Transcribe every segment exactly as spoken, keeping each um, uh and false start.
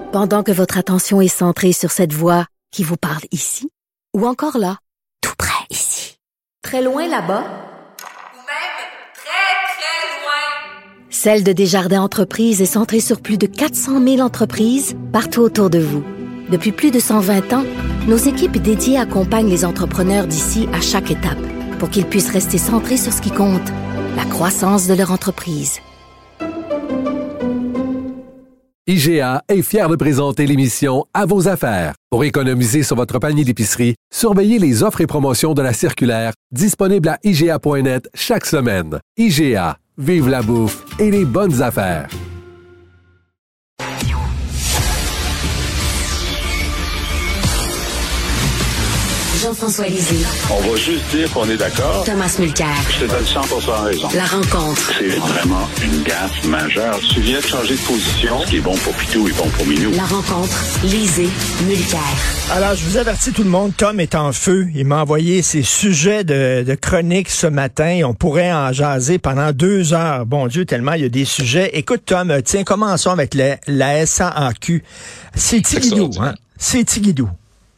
Pendant que votre attention est centrée sur cette voix qui vous parle ici, ou encore là, tout près ici, très loin là-bas, ou même très, très loin. Celle de Desjardins Entreprises est centrée sur plus de quatre cent mille entreprises partout autour de vous. Depuis plus de cent vingt ans, nos équipes dédiées accompagnent les entrepreneurs d'ici à chaque étape pour qu'ils puissent rester centrés sur ce qui compte, la croissance de leur entreprise. I G A est fier de présenter l'émission À vos affaires. Pour économiser sur votre panier d'épicerie, surveillez les offres et promotions de la circulaire disponible à I G A point net chaque semaine. I G A, vive la bouffe et les bonnes affaires. Jean-François Lisée. On va juste dire qu'on est d'accord. Thomas Mulcair. Je te donne cent pour cent raison. La rencontre. C'est vraiment une gaffe majeure. Tu viens de changer de position. Ce qui est bon pour Pitou est bon pour Minou. La rencontre. Lisée. Mulcair. Alors, je vous avertis tout le monde, Tom est en feu. Il m'a envoyé ses sujets de, de chronique ce matin. On pourrait en jaser pendant deux heures. Bon Dieu, tellement il y a des sujets. Écoute, Tom, tiens, commençons avec la, la S A A Q. C'est Tigidou, hein? C'est Tigidou.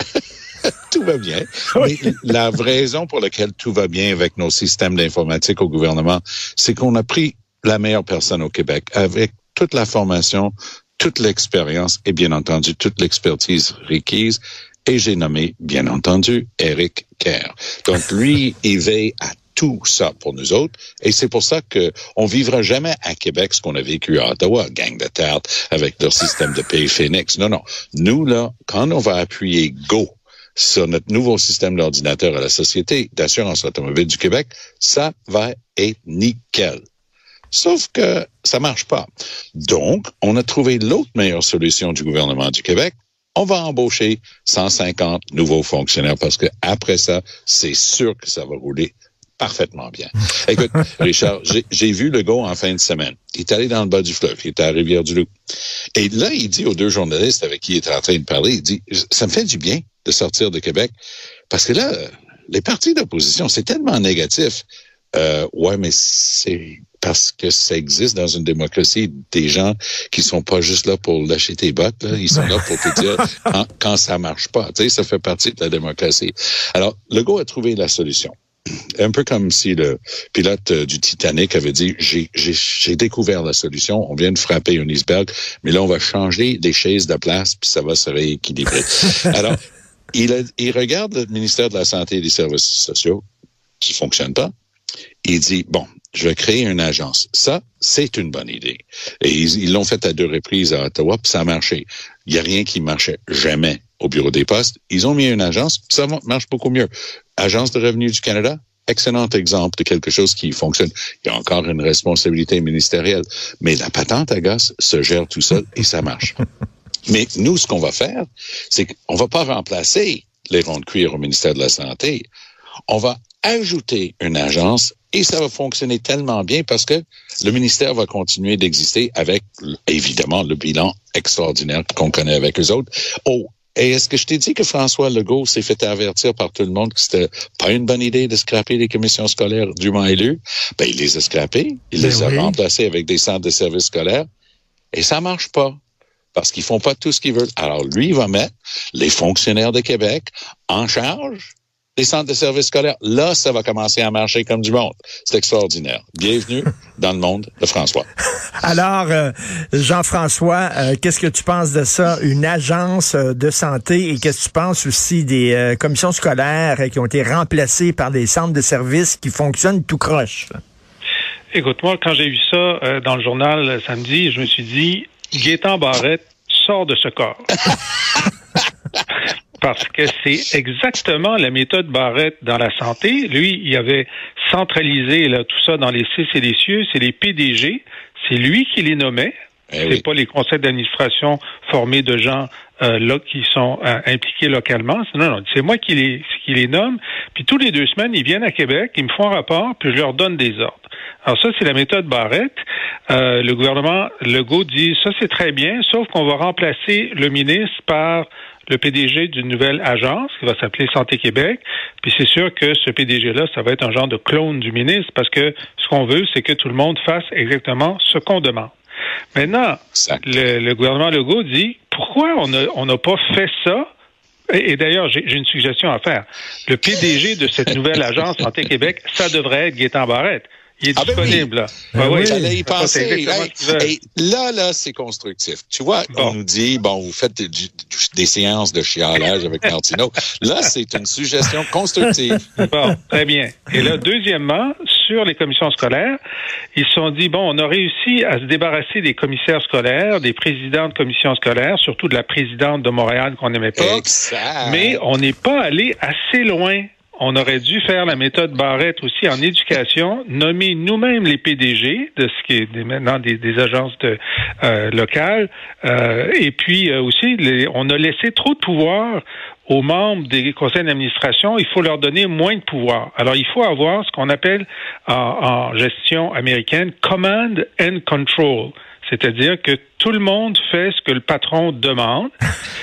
Tout va bien. Mais la raison pour laquelle tout va bien avec nos systèmes d'informatique au gouvernement, c'est qu'on a pris la meilleure personne au Québec avec toute la formation, toute l'expérience et bien entendu toute l'expertise requise. Et j'ai nommé, bien entendu, Éric Kerr. Donc lui, il veille à tout ça pour nous autres. Et c'est pour ça que on vivra jamais à Québec ce qu'on a vécu à Ottawa, gang de tarte avec leur système de paye Phoenix. Non, non. Nous, là, quand on va appuyer Go sur notre nouveau système d'ordinateur à la Société d'assurance automobile du Québec, ça va être nickel. Sauf que ça marche pas. Donc, on a trouvé l'autre meilleure solution du gouvernement du Québec. On va embaucher cent cinquante nouveaux fonctionnaires parce que après ça, c'est sûr que ça va rouler parfaitement bien. Écoute, Richard, j'ai, j'ai vu le gars en fin de semaine. Il est allé dans le bas du fleuve, il est à Rivière-du-Loup. Et là, il dit aux deux journalistes avec qui il est en train de parler, il dit, ça me fait du bien de sortir de Québec, parce que là, les partis d'opposition, c'est tellement négatif. Euh, ouais, mais c'est parce que ça existe dans une démocratie des gens qui sont pas juste là pour lâcher tes bottes, là. Ils sont là pour te dire quand, quand ça marche pas. Tu sais, ça fait partie de la démocratie. Alors, Legault a trouvé la solution. Un peu comme si le pilote du Titanic avait dit, j'ai, j'ai, j'ai découvert la solution, on vient de frapper un iceberg, mais là, on va changer les chaises de place, puis ça va se rééquilibrer. Alors, il, a, il regarde le ministère de la Santé et des Services sociaux, qui fonctionne pas. Il dit, bon, je vais créer une agence. Ça, c'est une bonne idée. Et ils, ils l'ont fait à deux reprises à Ottawa, puis ça a marché. Il n'y a rien qui marchait jamais au bureau des postes. Ils ont mis une agence, puis ça marche beaucoup mieux. Agence de revenus du Canada, excellent exemple de quelque chose qui fonctionne. Il y a encore une responsabilité ministérielle, mais la patente à gosse se gère tout seul et ça marche. Mais nous, ce qu'on va faire, c'est qu'on va pas remplacer les ronds de cuir au ministère de la Santé. On va ajouter une agence et ça va fonctionner tellement bien parce que le ministère va continuer d'exister avec, évidemment, le bilan extraordinaire qu'on connaît avec eux autres. Oh, et est-ce que je t'ai dit que François Legault s'est fait avertir par tout le monde que c'était pas une bonne idée de scraper les commissions scolaires dûment élues? Ben, il les a scrapées. Il ben les oui. a remplacées avec des centres de services scolaires. Et ça marche pas. Parce qu'ils font pas tout ce qu'ils veulent. Alors, lui, il va mettre les fonctionnaires de Québec en charge des centres de services scolaires. Là, ça va commencer à marcher comme du monde. C'est extraordinaire. Bienvenue dans le monde de François. Alors, euh, Jean-François, euh, qu'est-ce que tu penses de ça? Une agence de santé et qu'est-ce que tu penses aussi des euh, commissions scolaires qui ont été remplacées par des centres de services qui fonctionnent tout croche? Écoute, moi, quand j'ai vu ça euh, dans le journal samedi, je me suis dit, Gaétan Barrette sort de ce corps. Parce que c'est exactement la méthode Barrette dans la santé. Lui, il avait centralisé là, tout ça dans les C et les cieux. C'est les P D G. C'est lui qui les nommait. Eh c'est oui. pas les conseils d'administration formés de gens euh, là qui sont euh, impliqués localement. Non, non, c'est moi qui les qui les nomme. Puis tous les deux semaines, ils viennent à Québec, ils me font un rapport, puis je leur donne des ordres. Alors ça, c'est la méthode Barrette. Euh, le gouvernement Legault dit, ça c'est très bien, sauf qu'on va remplacer le ministre par le P D G d'une nouvelle agence qui va s'appeler Santé Québec. Puis c'est sûr que ce P D G-là, ça va être un genre de clone du ministre parce que ce qu'on veut, c'est que tout le monde fasse exactement ce qu'on demande. Maintenant, le, le gouvernement Legault dit, pourquoi on n'a on n'a pas fait ça? Et, et d'ailleurs, j'ai, j'ai une suggestion à faire. Le P D G de cette nouvelle agence Santé Québec, ça devrait être Gaétan Barrette. Il est ah disponible, ben oui. là. Ben oui, j'allais y penser. Hey, hey, là, là, c'est constructif. Tu vois, bon. On nous dit, bon, vous faites des, des séances de chialage avec Martineau. Là, c'est une suggestion constructive. Bon, très bien. Et là, deuxièmement, sur les commissions scolaires, ils se sont dit, bon, on a réussi à se débarrasser des commissaires scolaires, des présidents de commissions scolaires, surtout de la présidente de Montréal qu'on n'aimait pas. Exact. Mais on n'est pas allé assez loin. On aurait dû faire la méthode Barrette aussi en éducation, nommer nous-mêmes les P D G de ce qui est maintenant des, des agences de, euh, locales, euh, et puis euh, aussi, les, on a laissé trop de pouvoir aux membres des conseils d'administration. Il faut leur donner moins de pouvoir. Alors, il faut avoir ce qu'on appelle en, en gestion américaine command and control. C'est-à-dire que tout le monde fait ce que le patron demande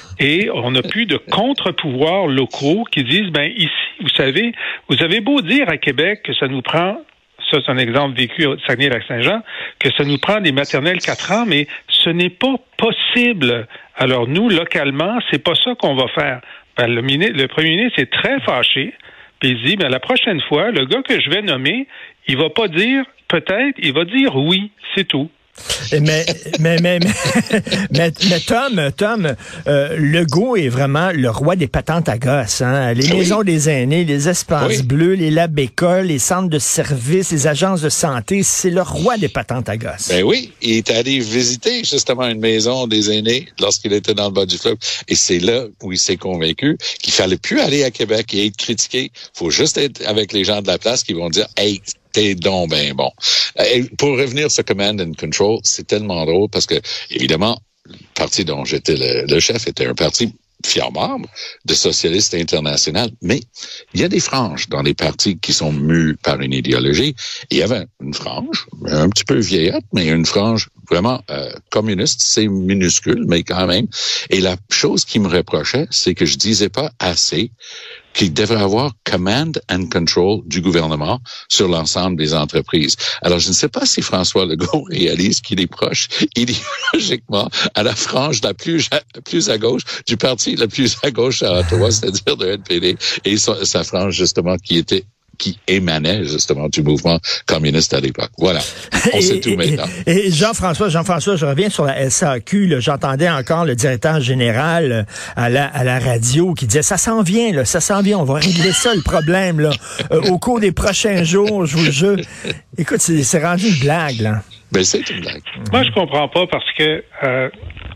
et on n'a plus de contre-pouvoirs locaux qui disent, ben ici, vous savez, vous avez beau dire à Québec que ça nous prend, ça c'est un exemple vécu au Saguenay-Lac-Saint-Jean, que ça nous prend des maternelles quatre ans, mais ce n'est pas possible. Alors nous, localement, c'est pas ça qu'on va faire. Ben, le, ministre, le premier ministre est très fâché, puis il dit, ben la prochaine fois, le gars que je vais nommer, il va pas dire peut-être, il va dire oui, c'est tout. Mais, mais, mais, mais, mais, mais Tom, Tom, euh, Legault est vraiment le roi des patentes à gosse, hein? Les oui. maisons des aînés, les espaces oui. bleus, les lab-écoles, les centres de services, les agences de santé, c'est le roi des patentes à gosse. Ben oui, il est allé visiter justement une maison des aînés lorsqu'il était dans le bas du fleuve, et c'est là où il s'est convaincu qu'il fallait plus aller à Québec et être critiqué. Faut juste être avec les gens de la place qui vont dire, hey, t'es donc ben bon. Et pour revenir sur Command and Control, c'est tellement drôle parce que, évidemment, le parti dont j'étais le, le chef était un parti fier membre de Socialistes International, mais il y a des franges dans les partis qui sont mus par une idéologie. Et il y avait une frange, un petit peu vieillotte, mais une frange vraiment euh, communiste, c'est minuscule, mais quand même. Et la chose qui me reprochait, c'est que je disais pas assez qu'il devrait avoir command and control du gouvernement sur l'ensemble des entreprises. Alors, je ne sais pas si François Legault réalise qu'il est proche idéologiquement à la frange la plus, la plus à gauche du parti le plus à gauche à Ottawa, c'est-à-dire de N P D, et sa, sa frange, justement, qui était qui émanait justement du mouvement communiste à l'époque. Voilà, on et, sait tout et, maintenant. Et Jean-François, Jean-François, je reviens sur la S A Q. Là, j'entendais encore le directeur général à la, à la radio qui disait, ça s'en vient, là, ça s'en vient, on va régler ça, le problème, là, euh, au cours des prochains jours, je vous le jure. Écoute, c'est, c'est rendu une blague, là. Ben, c'est une blague. Moi, je comprends pas parce que, euh,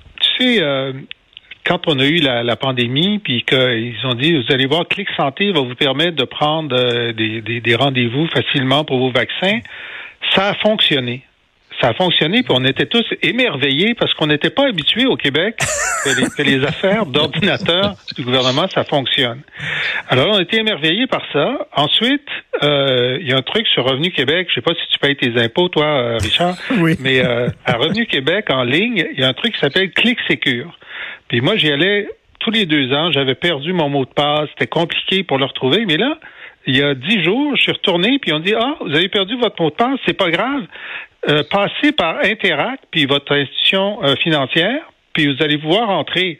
tu sais, euh, quand on a eu la, la pandémie, puis qu'ils ont dit, vous allez voir, Clic Santé va vous permettre de prendre euh, des, des, des rendez-vous facilement pour vos vaccins, ça a fonctionné. Ça a fonctionné, puis on était tous émerveillés parce qu'on n'était pas habitués au Québec que les, que les affaires d'ordinateur du gouvernement, ça fonctionne. Alors, on était émerveillés par ça. Ensuite, euh, il y a un truc sur Revenu Québec. Je sais pas si tu payes tes impôts, toi, euh, Richard. Oui. Mais euh, à Revenu Québec, en ligne, il y a un truc qui s'appelle Clic Sécure. Puis moi, j'y allais tous les deux ans. J'avais perdu mon mot de passe. C'était compliqué pour le retrouver. Mais là, il y a dix jours, je suis retourné, puis on dit, ah, vous avez perdu votre mot de passe, c'est pas grave. Euh, passez par Interact, puis votre institution euh, financière, puis vous allez pouvoir entrer.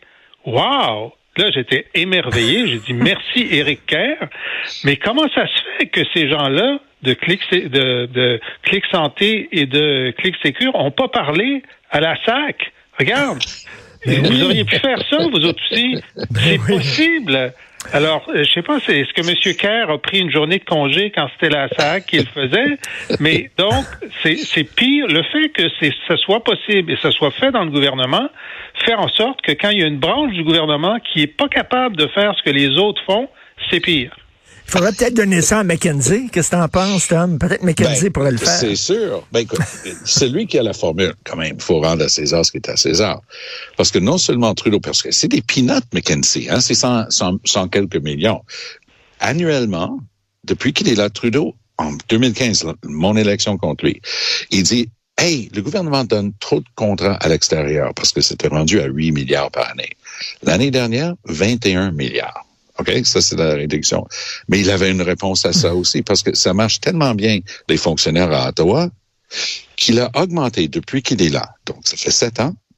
Wow! Là, j'étais émerveillé. J'ai dit, merci, Éric Kerr. Mais comment ça se fait que ces gens-là de Clic, de, de Clic Santé et de Clic Sécure ont pas parlé à la S A C? Regarde! Mais vous oui. auriez pu faire ça, vous autres aussi. C'est oui. possible. Alors, je sais pas, c'est, est-ce que M. Kerr a pris une journée de congé quand c'était la S A C qui le faisait? Mais donc, c'est, c'est pire. Le fait que c'est, ce soit possible et que ce soit fait dans le gouvernement, faire en sorte que quand il y a une branche du gouvernement qui est pas capable de faire ce que les autres font, c'est pire. Il faudrait peut-être donner ça à McKenzie. Qu'est-ce que t'en penses, Tom? Peut-être McKenzie ben, pourrait le faire. C'est sûr. Ben, écoute, c'est lui qui a la formule, quand même. Il faut rendre à César ce qui est à César. Parce que non seulement Trudeau, parce que c'est des peanuts, McKenzie, hein, c'est cent, cent, cent quelques millions. Annuellement, depuis qu'il est là, Trudeau, en deux mille quinze, mon élection contre lui, il dit, hey, le gouvernement donne trop de contrats à l'extérieur parce que c'était rendu à huit milliards par année. L'année dernière, vingt et un milliards. OK, ça, c'est la réduction. Mais il avait une réponse à ça aussi, parce que ça marche tellement bien, les fonctionnaires à Ottawa, qu'il a augmenté depuis qu'il est là. Donc, ça fait sept ans,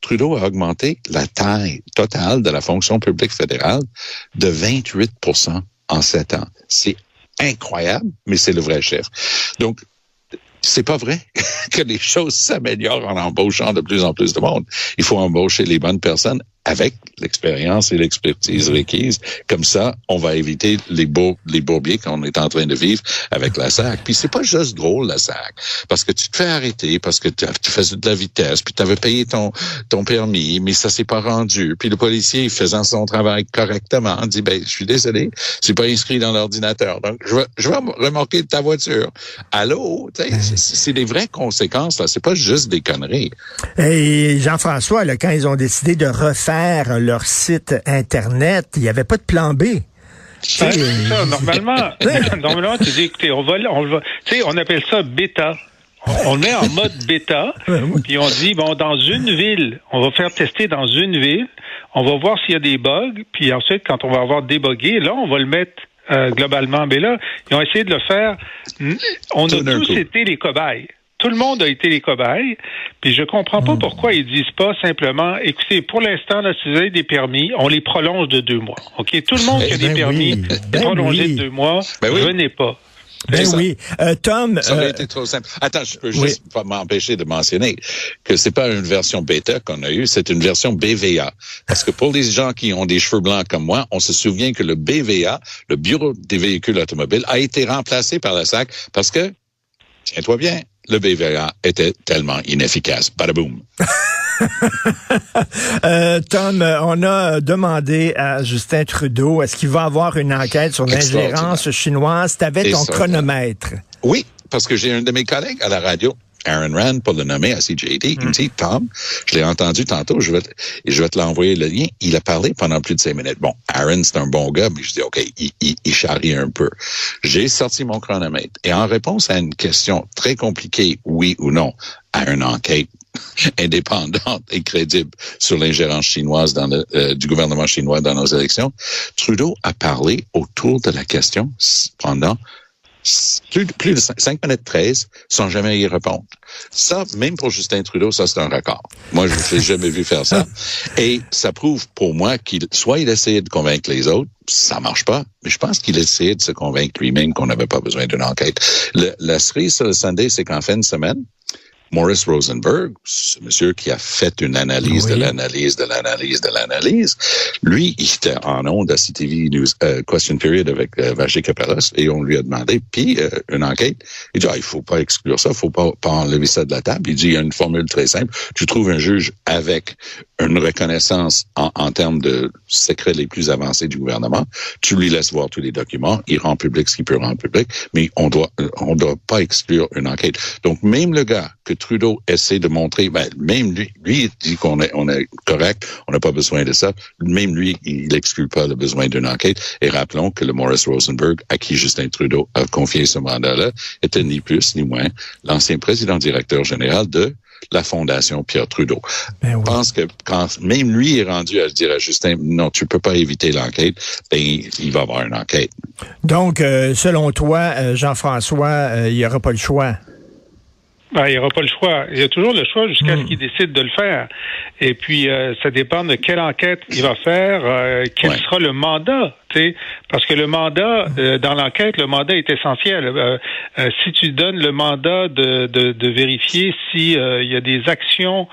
Trudeau a augmenté la taille totale de la fonction publique fédérale de vingt-huit pour cent en sept ans. C'est incroyable, mais c'est le vrai chiffre. Donc, c'est pas vrai que les choses s'améliorent en embauchant de plus en plus de monde. Il faut embaucher les bonnes personnes avec l'expérience et l'expertise requise. Comme ça, on va éviter les beaux, les bourbiers qu'on est en train de vivre avec la S A C. Puis c'est pas juste drôle, la S A C. Parce que tu te fais arrêter, parce que tu faisais de la vitesse, puis tu avais payé ton, ton permis, mais ça s'est pas rendu. Puis le policier, faisant son travail correctement, dit, ben, je suis désolé, c'est pas inscrit dans l'ordinateur. Donc, je vais, je vais remorquer ta voiture. Allô? Tu sais, c'est, c'est des vraies conséquences, là. C'est pas juste des conneries. Et Jean-François, là, quand ils ont décidé de refaire leur site Internet, il n'y avait pas de plan B. Ben, c'est ça, normalement, normalement, tu dis, écoutez, on va, on va, tu sais, on appelle ça bêta. On, on le met en mode bêta, puis on dit, bon, dans une ville, on va faire tester dans une ville, on va voir s'il y a des bugs, puis ensuite, quand on va avoir débugué, là, on va le mettre euh, globalement. Mais là, ils ont essayé de le faire. On a tous été les cobayes. Tout le monde a été les cobayes, puis je comprends pas pourquoi ils disent pas simplement, écoutez, pour l'instant, là, si vous avez des permis, on les prolonge de deux mois. OK? Tout le monde qui a des ben permis oui. est ben prolongé oui. de deux mois, ben oui. venez pas. Ben oui. Euh, Tom... Ça aurait euh, été trop simple. Attends, je peux juste oui. pas m'empêcher de mentionner que c'est pas une version bêta qu'on a eue, c'est une version B V A. Parce que pour les gens qui ont des cheveux blancs comme moi, on se souvient que le B V A, le Bureau des véhicules automobiles, a été remplacé par la S A C parce que, tiens-toi bien, le B V A était tellement inefficace. Badaboum. euh, Tom, on a demandé à Justin Trudeau, est-ce qu'il va avoir une enquête sur l'ingérence chinoise? Tu avais ton chronomètre. Oui, parce que j'ai un de mes collègues à la radio, Aaron Rand, pour le nommer à C J A D, qui me dit, Tom, je l'ai entendu tantôt, je vais, te, je vais te l'envoyer le lien. Il a parlé pendant plus de cinq minutes. Bon, Aaron, c'est un bon gars, mais je dis, OK, il, il, il charrie un peu. J'ai sorti mon chronomètre. Et en réponse à une question très compliquée, oui ou non, à une enquête indépendante et crédible sur l'ingérence chinoise dans le, euh, du gouvernement chinois dans nos élections, Trudeau a parlé autour de la question pendant Plus, plus de cinq minutes treize sans jamais y répondre. Ça, même pour Justin Trudeau, ça, c'est un record. Moi, je ne l'ai jamais vu faire ça. Et ça prouve pour moi qu'il, soit il essayait de convaincre les autres, ça marche pas, mais je pense qu'il essayait de se convaincre lui-même qu'on n'avait pas besoin d'une enquête. Le, la cerise sur le sundae, c'est qu'en fin de semaine, Morris Rosenberg, ce monsieur qui a fait une analyse oui. de l'analyse de l'analyse de l'analyse, lui, il était en ondes à C T V News euh, Question Period avec euh, Vaché Kapelos et on lui a demandé, puis euh, une enquête, il dit, ah, il faut pas exclure ça, il faut pas, pas enlever ça de la table. Il dit, il y a une formule très simple, tu trouves un juge avec une reconnaissance en, en termes de secrets les plus avancés du gouvernement, tu lui laisses voir tous les documents, il rend public ce qu'il peut rendre public, mais on doit, on doit pas exclure une enquête. Donc, même le gars que Trudeau essaie de montrer, ben, même lui, lui, il dit qu'on est, on est correct, on n'a pas besoin de ça. Même lui, il n'exclut pas le besoin d'une enquête. Et rappelons que le Morris Rosenberg, à qui Justin Trudeau a confié ce mandat-là, était ni plus ni moins l'ancien président directeur général de la Fondation Pierre Trudeau. Ben oui. Je pense que quand même lui est rendu à dire à Justin, non, tu peux pas éviter l'enquête, ben, il va y avoir une enquête. Donc, euh, selon toi, Jean-François, euh, il n'y aura pas le choix? Ben, il n'y aura pas le choix. Il y a toujours le choix jusqu'à mmh. ce qu'il décide de le faire. Et puis, euh, ça dépend de quelle enquête il va faire, euh, quel ouais. sera le mandat. T'sais, parce que le mandat, euh, dans l'enquête, le mandat est essentiel. Euh, euh, si tu donnes le mandat de, de, de vérifier s'il euh, y a des actions...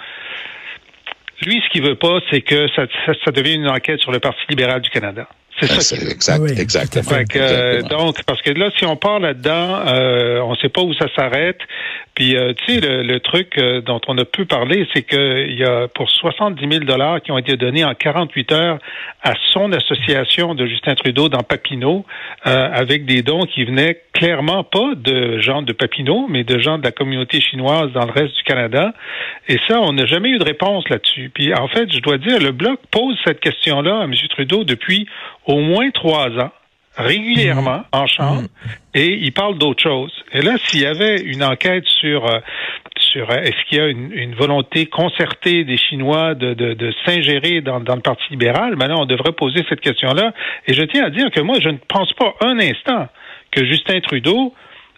Lui, ce qu'il veut pas, c'est que ça, ça, ça devienne une enquête sur le Parti libéral du Canada. C'est ça. C'est exact, oui, exactement. Fait que, euh, donc, parce que là, si on part là-dedans, euh, on ne sait pas où ça s'arrête. Puis, euh, tu sais, le, le truc euh, dont on a pu parler, c'est qu'il y a pour soixante-dix mille dollars qui ont été donnés en quarante-huit heures à son association de Justin Trudeau dans Papineau, euh, avec des dons qui venaient clairement pas de gens de Papineau, mais de gens de la communauté chinoise dans le reste du Canada. Et ça, on n'a jamais eu de réponse là-dessus. Puis, en fait, je dois dire, le Bloc pose cette question-là à M. Trudeau depuis au moins trois ans, régulièrement, mmh. en chambre, mmh. et il parle d'autre chose. Et là, s'il y avait une enquête sur euh, sur euh, est-ce qu'il y a une, une volonté concertée des Chinois de, de, de s'ingérer dans, dans le Parti libéral, ben là, on devrait poser cette question-là. Et je tiens à dire que moi, je ne pense pas un instant que Justin Trudeau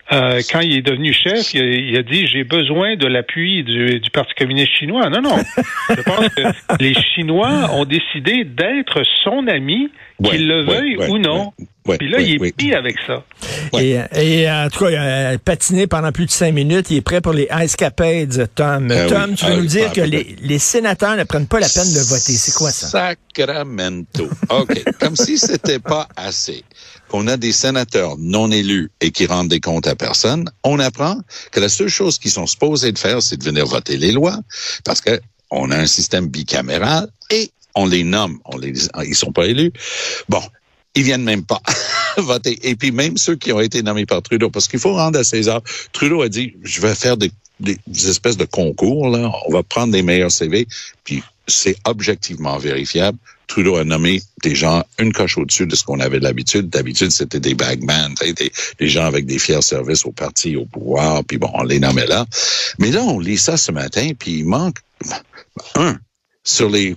Euh, quand il est devenu chef, il a, il a dit « J'ai besoin de l'appui du, du Parti communiste chinois ». Non, non. Je pense que les Chinois ont décidé d'être son ami, ouais, qu'ils le veuillent ouais, ouais, ou non. Ouais, ouais, Puis là, ouais, il est ouais. pris avec ça. Ouais. Et, et en tout cas, il a patiné pendant plus de cinq minutes. Il est prêt pour les escapades, Tom. Euh, Tom, oui, tu veux ah, nous dire ah, que les, les sénateurs ne prennent pas la peine de voter. C'est quoi ça? Sacramento. OK. Comme si c'était pas assez. Qu'on a des sénateurs non élus et qui rendent des comptes à personne, on apprend que la seule chose qu'ils sont supposés de faire, c'est de venir voter les lois, parce que on a un système bicaméral et on les nomme. On les, ils sont pas élus. Bon, ils viennent même pas voter. Et puis même ceux qui ont été nommés par Trudeau, parce qu'il faut rendre à César. Trudeau a dit, je vais faire des, des, des espèces de concours, là. On va prendre les meilleurs C V, puis c'est objectivement vérifiable. Trudeau a nommé des gens une coche au-dessus de ce qu'on avait d'habitude. D'habitude, c'était des bagman, des, des gens avec des fiers services au parti, au pouvoir, puis bon, on les nommait là. Mais là, on lit ça ce matin, puis il manque un. Sur les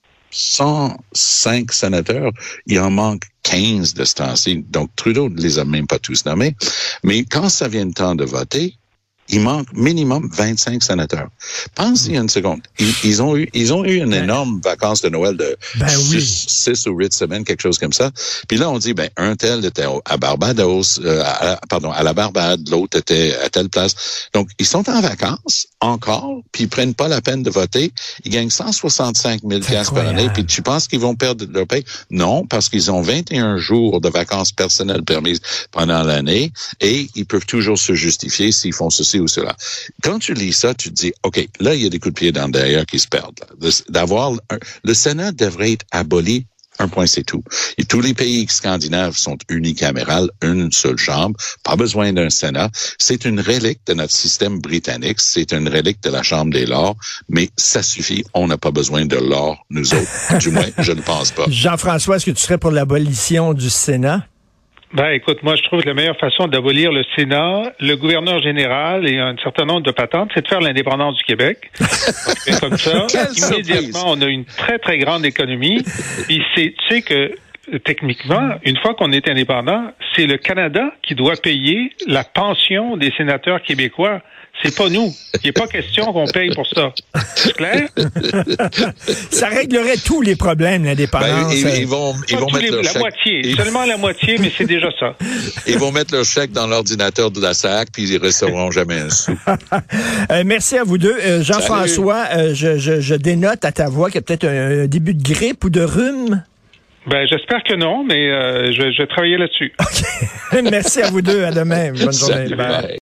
cent cinq sénateurs, il en manque quinze de ce temps-ci. Donc, Trudeau ne les a même pas tous nommés. Mais quand ça vient le temps de voter, il manque minimum vingt-cinq sénateurs. Pensez une seconde. Ils, ils ont eu, ils ont eu une énorme vacances de Noël de ben oui. six ou huit semaines, quelque chose comme ça. Puis là, on dit, ben, un tel était à Barbados, euh, à, pardon, à la Barbade, l'autre était à telle place. Donc, ils sont en vacances encore, puis ils prennent pas la peine de voter. Ils gagnent cent soixante-cinq mille dollars par année, puis tu penses qu'ils vont perdre leur paye? Non, parce qu'ils ont vingt et un jours de vacances personnelles permises pendant l'année et ils peuvent toujours se justifier s'ils font ceci ou cela. Quand tu lis ça, tu te dis, OK, là, il y a des coups de pied dans le derrière qui se perdent. Là. D'avoir un, le Sénat devrait être aboli. Un point, c'est tout. Et tous les pays scandinaves sont unicamérales, une seule chambre, pas besoin d'un Sénat. C'est une relique de notre système britannique, c'est une relique de la Chambre des Lords, mais ça suffit, on n'a pas besoin de l'or, nous autres. Du moins, je ne pense pas. Jean-François, est-ce que tu serais pour l'abolition du Sénat? Ben, écoute, moi, je trouve que la meilleure façon d'abolir le Sénat, le gouverneur général et un certain nombre de patentes, c'est de faire l'indépendance du Québec. Et comme ça, immédiatement, on a une très, très grande économie. Puis c'est, tu sais que, techniquement, une fois qu'on est indépendant, c'est le Canada qui doit payer la pension des sénateurs québécois. C'est pas nous. Il n'est pas question qu'on paye pour ça. C'est clair? Ça réglerait tous les problèmes, l'indépendance. Ben, ils, ils vont, ils vont mettre les, leur la chèque. moitié. Ils... Seulement la moitié, mais c'est déjà ça. Ils vont mettre leur chèque dans l'ordinateur de la S A C, puis ils ne recevront jamais un sou. euh, merci à vous deux. Euh, Jean-François, euh, je, je, je dénote à ta voix qu'il y a peut-être un, un début de grippe ou de rhume. Ben, j'espère que non, mais euh, je, je vais travailler là-dessus. Okay. Merci à vous deux. À demain. Bonne journée. Bye.